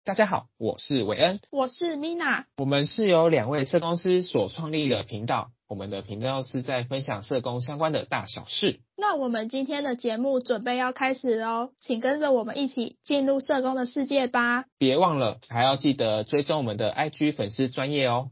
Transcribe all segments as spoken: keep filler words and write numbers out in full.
大家好，我是韦恩， 我是 Mina， 我们是由两位社工师所创立的频道，我们的频道是在分享社工相关的大小事。 那我们今天的节目准备要开始哦，请跟着我们一起进入社工的世界吧。 别忘了还要记得追踪我们的 I G 粉丝专页哦。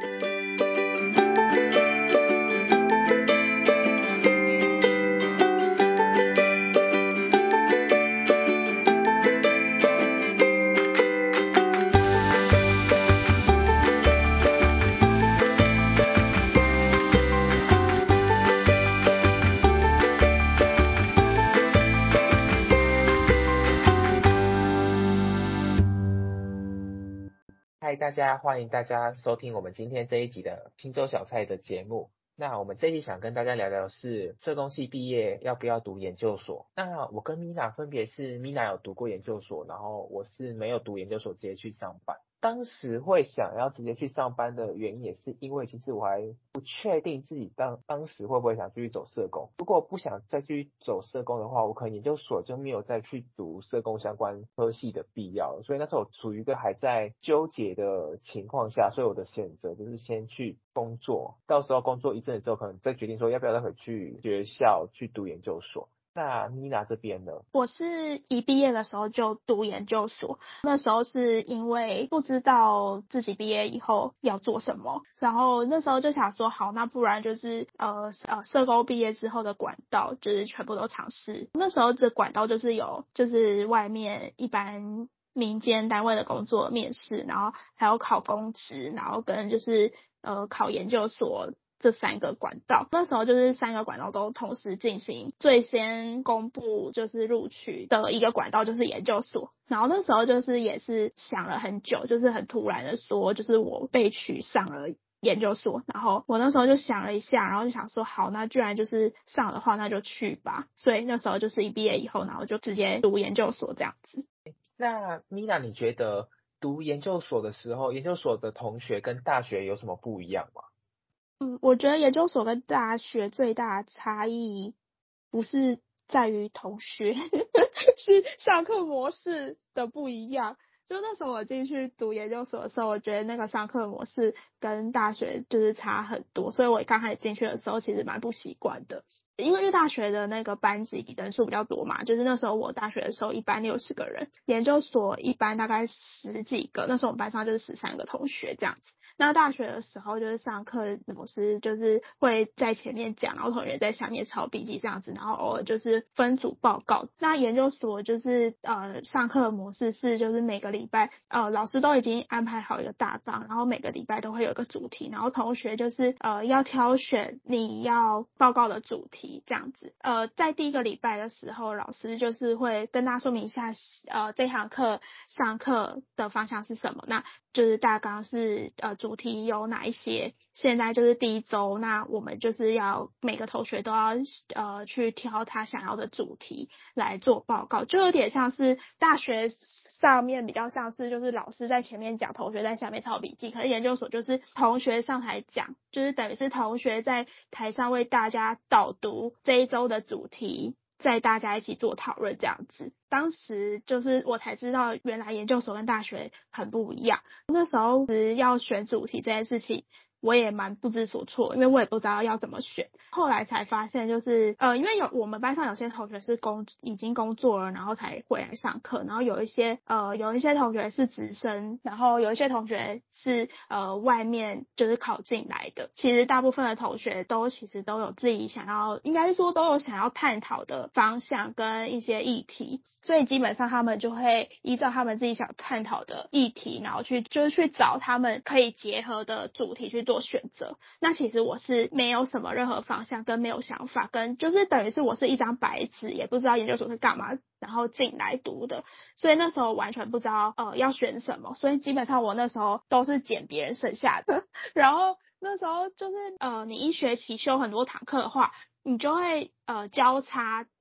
嗨，大家欢迎大家收听我们今天这一集的青州小菜的节目。那我们这一集想跟大家聊聊的是社工系毕业要不要读研究所。那我跟 Mina 分别是 Mina 有读过研究所，然后我是没有读研究所直接去上班。当时会想要直接去上班的原因也是因为其实我还不确定自己当当时会不会想继续走社工。如果不想再去走社工的话，我可能研究所就没有再去读社工相关科系的必要，所以那时候处于一个还在纠结的情况下，所以我的选择就是先去工作，到时候工作一阵子之后可能再决定说要不要再回去学校去读研究所。那妮娜这边呢？ 我是一毕业的时候就读研究所，那时候是因为不知道自己毕业以后要做什么，然后那时候就想说好，那不然就是呃呃社工毕业之后的管道就是全部都尝试。那时候这管道就是有就是外面一般民间单位的工作面试，然后还有考公职，然后跟就是呃考研究所这三个管道。那时候就是三个管道都同时进行，最先公布就是录取的一个管道就是研究所，然后那时候就是也是想了很久，就是很突然的说就是我被取上了研究所，然后我那时候就想了一下，然后就想说好，那居然就是上的话那就去吧，所以那时候就是一毕业以后，然后就直接读研究所这样子。 那 Mina 你觉得读研究所的时候，研究所的同学跟大学有什么不一样吗？ 嗯，我觉得研究所跟大学最大的差异不是在于同学，是上课模式的不一样。就那时候我进去读研究所的时候，我觉得那个上课模式跟大学就是差很多，所以我刚开始进去的时候其实蛮不习惯的。因为大学的那个班级人数比较多嘛，就是那时候我大学的时候一班六十个人，研究所一班大概十几个，那时候我们班上就是十三个同学这样子。那大学的时候就是上课老师就是会在前面讲，然后同学在下面抄笔记这样子，然后偶尔就是分组报告。那研究所就是呃上课的模式是就是每个礼拜呃老师都已经安排好一个大纲，然后每个礼拜都会有一个主题，然后同学就是呃要挑选你要报告的主题这样子。呃在第一个礼拜的时候，老师就是会跟大家说明一下呃这堂课上课的方向是什么，那就是大纲是呃主题有哪一些。现在就是第一周，那我们就是要每个同学都要呃去挑他想要的主题来做报告，就有点像是大学上面比较像是就是老师在前面讲，同学在下面抄笔记，可是研究所就是同学上台讲，就是等于是同学在台上为大家导读这一周的主题，在大家一起做讨论这样子。当时就是我才知道原来研究所跟大学很不一样，那时候要选主题这件事情我也蛮不知所措，因为我也不知道要怎么选。后来才发现就是呃因为有我们班上有些同学是工已经工作了，然后才回来上课，然后有一些呃有一些同学是直升，然后有一些同学是呃外面就是考进来的。其实大部分的同学都其实都有自己想要，应该说都有想要探讨的方向跟一些议题，所以基本上他们就会依照他们自己想探讨的议题，然后去就是去找他们可以结合的主题去做选择。那其实我是没有什么任何方向跟没有想法，跟就是等于是我是一张白纸，也不知道研究所是干嘛然后进来读的，所以那时候完全不知道呃要选什么，所以基本上我那时候都是捡别人剩下的然后那时候就是呃你一学期修很多堂课的话，你就会呃交叉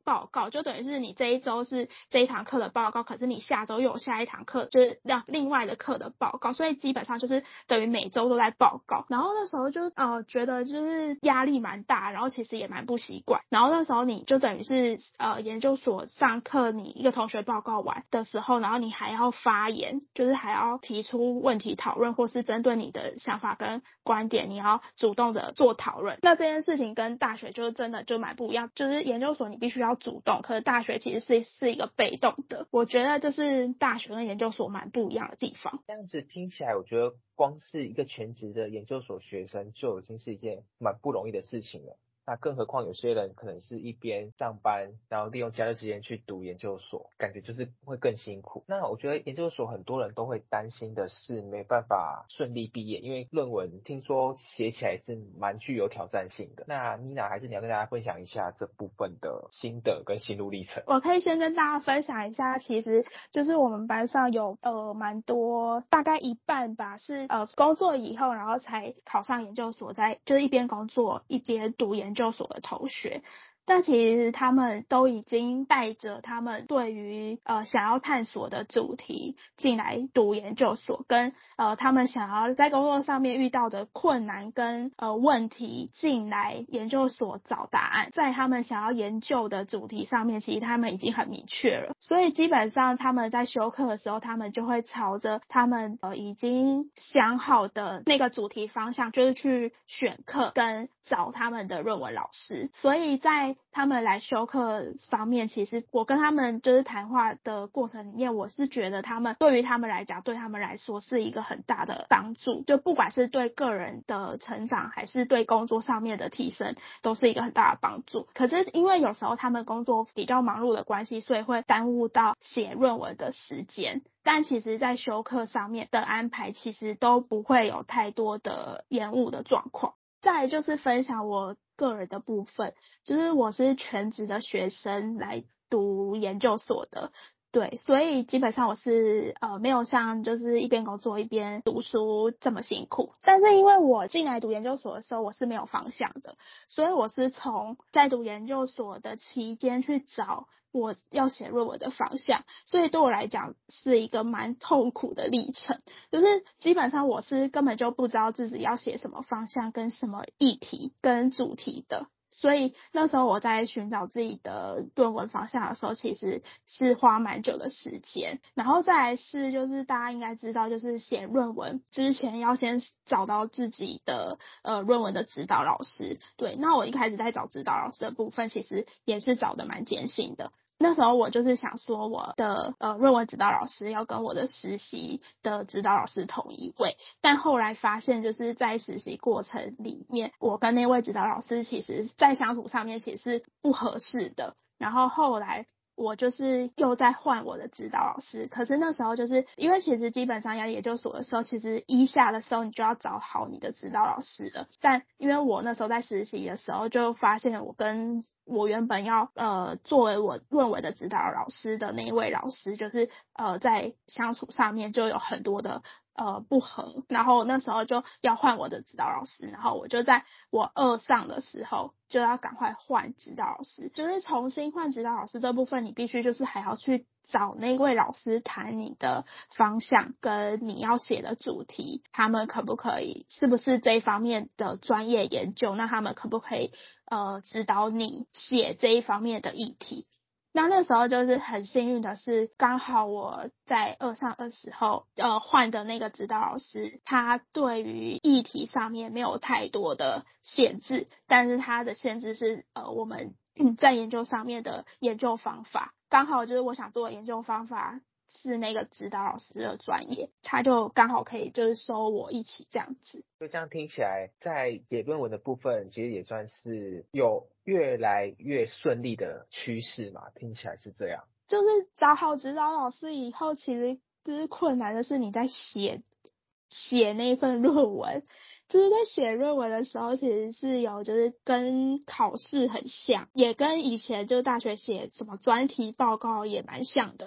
报告，就等于是你这一周是这一堂课的报告，可是你下周又有下一堂课，就是让另外的课的报告，所以基本上就是等于每周都在报告。然后那时候就呃觉得就是压力蛮大，然后其实也蛮不习惯。然后那时候你就等于是呃研究所上课，你一个同学报告完的时候，然后你还要发言，就是还要提出问题讨论，或是针对你的想法跟观点，你要主动的做讨论。那这件事情跟大学就是真的就蛮不一样，就是研究所你必须要主动，可是大学其实是是一个被动的。我觉得就是大学跟研究所蛮不一样的地方。 这样子听起来，我觉得光是一个全职的研究所学生就已经是一件蛮不容易的事情了。那更何况有些人可能是一边上班，然后利用假日时间去读研究所，感觉就是会更辛苦。那我觉得研究所很多人都会担心的是没办法顺利毕业，因为论文听说写起来是蛮具有挑战性的。那 Mina 还是你要跟大家分享一下这部分的心得跟心路历程。 我可以先跟大家分享一下，其实就是我们班上有呃蛮多，大概一半吧是呃工作以后，然后才考上研究所，在就是一边工作一边读研究所的同学。但其实他们都已经带着他们对于呃想要探索的主题进来读研究所，跟呃他们想要在工作上面遇到的困难跟呃问题进来研究所找答案，在他们想要研究的主题上面，其实他们已经很明确了，所以基本上他们在修课的时候，他们就会朝着他们呃已经想好的那个主题方向，就是去选课跟找他们的论文老师。所以在他们来修课方面，其实我跟他们就是谈话的过程里面，我是觉得他们对于他们来讲，对他们来说是一个很大的帮助，就不管是对个人的成长还是对工作上面的提升，都是一个很大的帮助。可是因为有时候他们工作比较忙碌的关系，所以会耽误到写论文的时间，但其实在修课上面的安排其实都不会有太多的延误的状况。再来就是分享我个人的部分，就是我是全职的学生来读研究所的，对，所以基本上我是呃没有像就是一边工作一边读书这么辛苦。但是因为我进来读研究所的时候我是没有方向的，所以我是从在读研究所的期间去找我要写论文的方向，所以对我来讲是一个蛮痛苦的历程，就是基本上我是根本就不知道自己要写什么方向跟什么议题跟主题的。所以那时候我在寻找自己的论文方向的时候，其实是花蛮久的时间。然后再来是就是大家应该知道，就是写论文之前要先找到自己的呃论文的指导老师。对，那我一开始在找指导老师的部分，其实也是找的蛮艰辛的。那时候我就是想说我的呃论文指导老师要跟我的实习的指导老师同一位，但后来发现就是在实习过程里面，我跟那位指导老师其实在相处上面其实是不合适的，然后后来我就是又在换我的指导老师，可是那时候就是因为其实基本上要研究所的时候，其实一下的时候你就要找好你的指导老师了，但因为我那时候在实习的时候就发现我跟我原本要呃作为我论文的指导老师的那一位老师，就是呃在相处上面就有很多的呃不合，然后那时候就要换我的指导老师，然后我就在我二上的时候就要赶快换指导老师，就是重新换指导老师这部分，你必须就是还要去找那位老师谈你的方向跟你要写的主题，他们可不可以是不是这一方面的专业研究，那他们可不可以呃指导你写这一方面的议题。那那时候就是很幸运的是，刚好我在二上的时候，呃，换的那个指导老师，他对于议题上面没有太多的限制，但是他的限制是，呃，我们在研究上面的研究方法，刚好就是我想做的研究方法是那个指导老师的专业，他就刚好可以就是收我一起这样子。 就这样听起来，在写论文的部分，其实也算是有越来越顺利的趋势嘛，听起来是这样。 就是找好指导老师以后，其实就是困难的是你在写写那一份论文，就是在写论文的时候，其实是有就是跟考试很像，也跟以前就是大学写什么专题报告也蛮像的。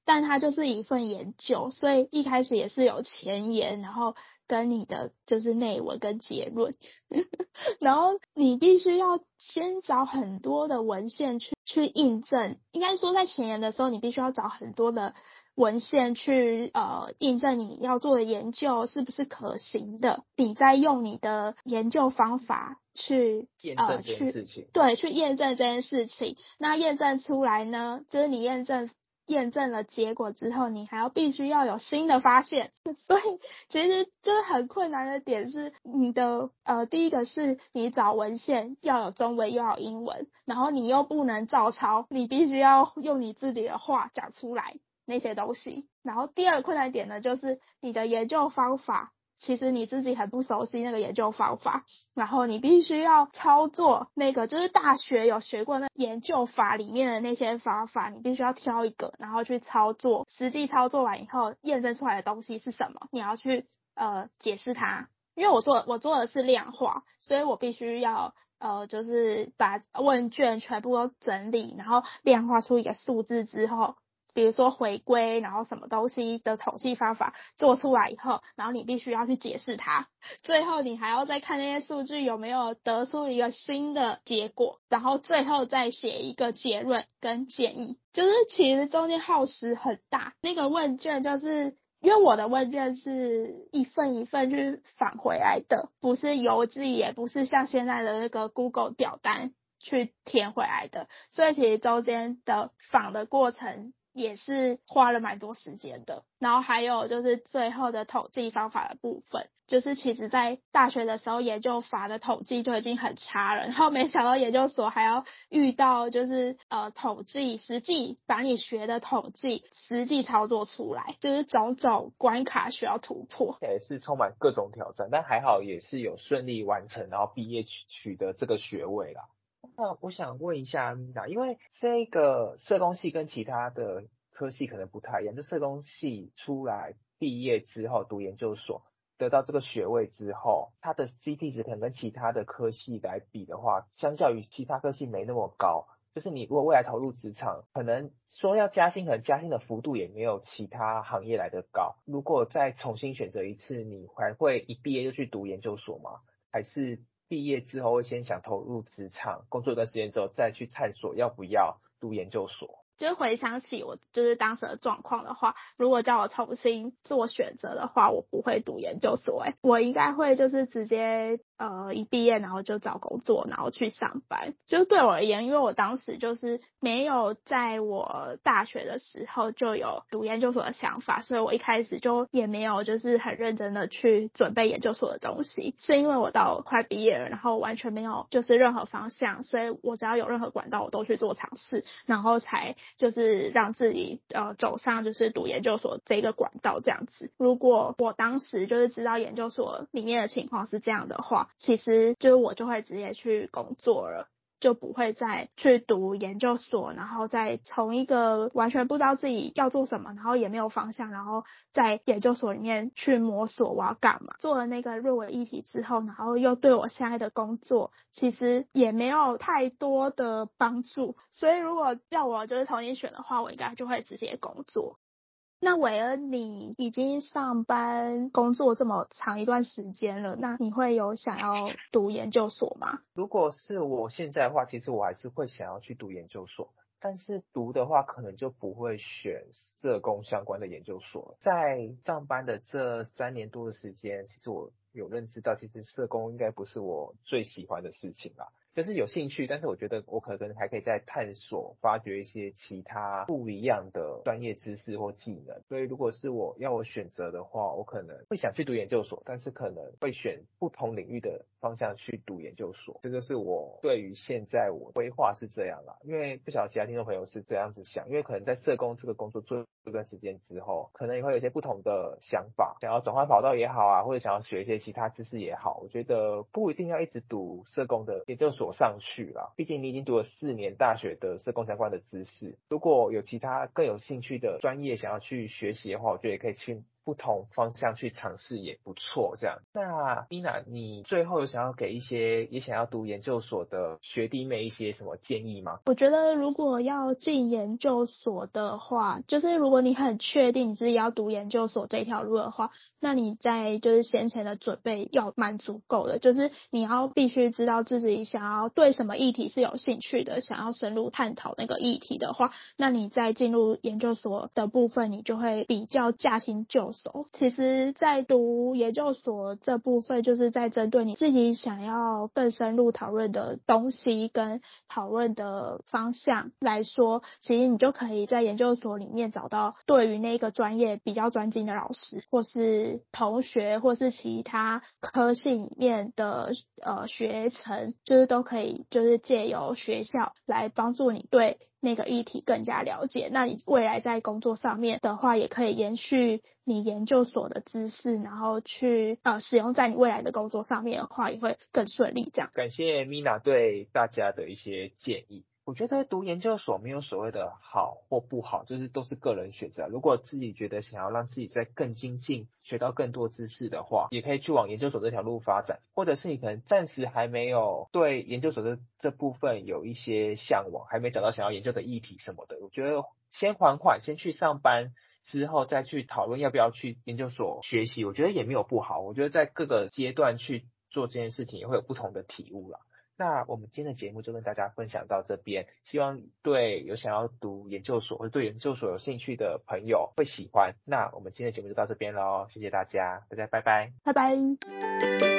但它就是一份研究，所以一开始也是有前言，然后跟你的就是内文跟结论然后你必须要先找很多的文献去去印证，应该说在前言的时候你必须要找很多的文献去呃印证你要做的研究是不是可行的，你再用你的研究方法去验证这呃去件事情。 对去验证这件事情。那验证出来呢，就是你验证验证了结果之后，你还要必须要有新的发现，所以其实就是很困难的点是你的呃第一个是你找文献要有中文又要有英文，然后你又不能照抄，你必须要用你自己的话讲出来那些东西。然后第二个困难点呢，就是你的研究方法其实你自己很不熟悉那个研究方法，然后你必须要操作那个就是大学有学过那研究法里面的那些方法，你必须要挑一个然后去操作，实际操作完以后验证出来的东西是什么，你要去呃解释它。因为我做我做的是量化，所以我必须要呃就是把问卷全部都整理，然后量化出一个数字之后，比如说回归，然后什么东西的统计方法做出来以后，然后你必须要去解释它，最后你还要再看那些数据有没有得出一个新的结果，然后最后再写一个结论跟建议，就是其实中间耗时很大。那个问卷就是因为我的问卷是一份一份去返回来的，不是邮寄，也不是像现在的那个 Google 表单去填回来的，所以其实中间的访的过程也是花了蛮多时间的。然后还有就是最后的统计方法的部分，就是其实在大学的时候研究法的统计就已经很差了，然后没想到研究所还要遇到就是呃统计，实际把你学的统计实际操作出来，就是种种关卡需要突破， 也是充满各种挑战，但还好也是有顺利完成，然后毕业取取得这个学位啦。那我想问一下米娜，因为这个社工系跟其他的科系可能不太一样，就社工系出来毕业之后读研究所，得到这个学位之后，它的 C P 值可能跟其他的科系来比的话，相较于其他科系没那么高。就是你如果未来投入职场，可能说要加薪，可能加薪的幅度也没有其他行业来得高。如果再重新选择一次，你还会一毕业就去读研究所吗？还是毕业之后会先想投入职场，工作一段时间之后再去探索要不要读研究所？ 就是回想起我就是当时的状况的话，如果叫我重新做选择的话，我不会读研究所，诶，我应该会就是直接呃一毕业然后就找工作，然后去上班。就对我而言，因为我当时就是没有在我大学的时候就有读研究所的想法，所以我一开始就也没有就是很认真的去准备研究所的东西，是因为我到快毕业了，然后完全没有就是任何方向，所以我只要有任何管道我都去做尝试，然后才就是让自己呃走上就是读研究所这个管道这样子。如果我当时就是知道研究所里面的情况是这样的话，其实就是我就会直接去工作了，就不会再去读研究所，然后再从一个完全不知道自己要做什么，然后也没有方向，然后在研究所里面去摸索我要干嘛。做了那个论文议题之后，然后又对我现在的工作其实也没有太多的帮助，所以如果要我就是重新选的话，我应该就会直接工作。那韦恩，你已经上班工作这么长一段时间了，那你会有想要读研究所吗？ 如果是我现在的话，其实我还是会想要去读研究所，但是读的话可能就不会选社工相关的研究所。在上班的这三年多的时间，其实我有认知到，其实社工应该不是我最喜欢的事情啦。就是有兴趣，但是我觉得我可能还可以再探索、发掘一些其他不一样的专业知识或技能。所以如果是我要我选择的话，我可能会想去读研究所，但是可能会选不同领域的方向去读研究所。这就是我对于现在我规划是这样啦，因为不晓得其他听众朋友是这样子想，因为可能在社工这个工作做一段时间之后，可能也会有一些不同的想法，想要转换跑道也好啊，或者想要学一些其他知识也好，我觉得不一定要一直读社工的研究所上去啦，毕竟你已经读了四年大学的社工相关的知识，如果有其他更有兴趣的专业想要去学习的话，我觉得也可以去不同方向去尝试也不错这样。那 Mina 你最后有想要给一些也想要读研究所的学弟妹一些什么建议吗？ 我觉得如果要进研究所的话，就是如果你很确定你自己要读研究所这条路的话，那你在就是先前的准备要蛮足够的，就是你要必须知道自己想要对什么议题是有兴趣的，想要深入探讨那个议题的话，那你在进入研究所的部分你就会比较驾轻就熟。其实在读研究所这部分就是在针对你自己想要更深入讨论的东西跟讨论的方向来说，其实你就可以在研究所里面找到对于那个专业比较专精的老师或是同学或是其他科系里面的呃学程，就是都可以就是借由学校来帮助你对那个议题更加了解。那你未来在工作上面的话也可以延续你研究所的知识，然后去呃使用在你未来的工作上面的话也会更顺利这样。 感谢 Mina 对大家的一些建议。我觉得读研究所没有所谓的好或不好，就是都是个人选择。如果自己觉得想要让自己再更精进，学到更多知识的话，也可以去往研究所这条路发展。或者是你可能暂时还没有对研究所这这部分有一些向往，还没找到想要研究的议题什么的，我觉得先缓缓，先去上班，之后再去讨论要不要去研究所学习，我觉得也没有不好。我觉得在各个阶段去做这件事情也会有不同的体悟啦。那我们今天的节目就跟大家分享到这边，希望对有想要读研究所或者对研究所有兴趣的朋友会喜欢。那我们今天的节目就到这边咯，谢谢大家，大家拜拜。 拜拜。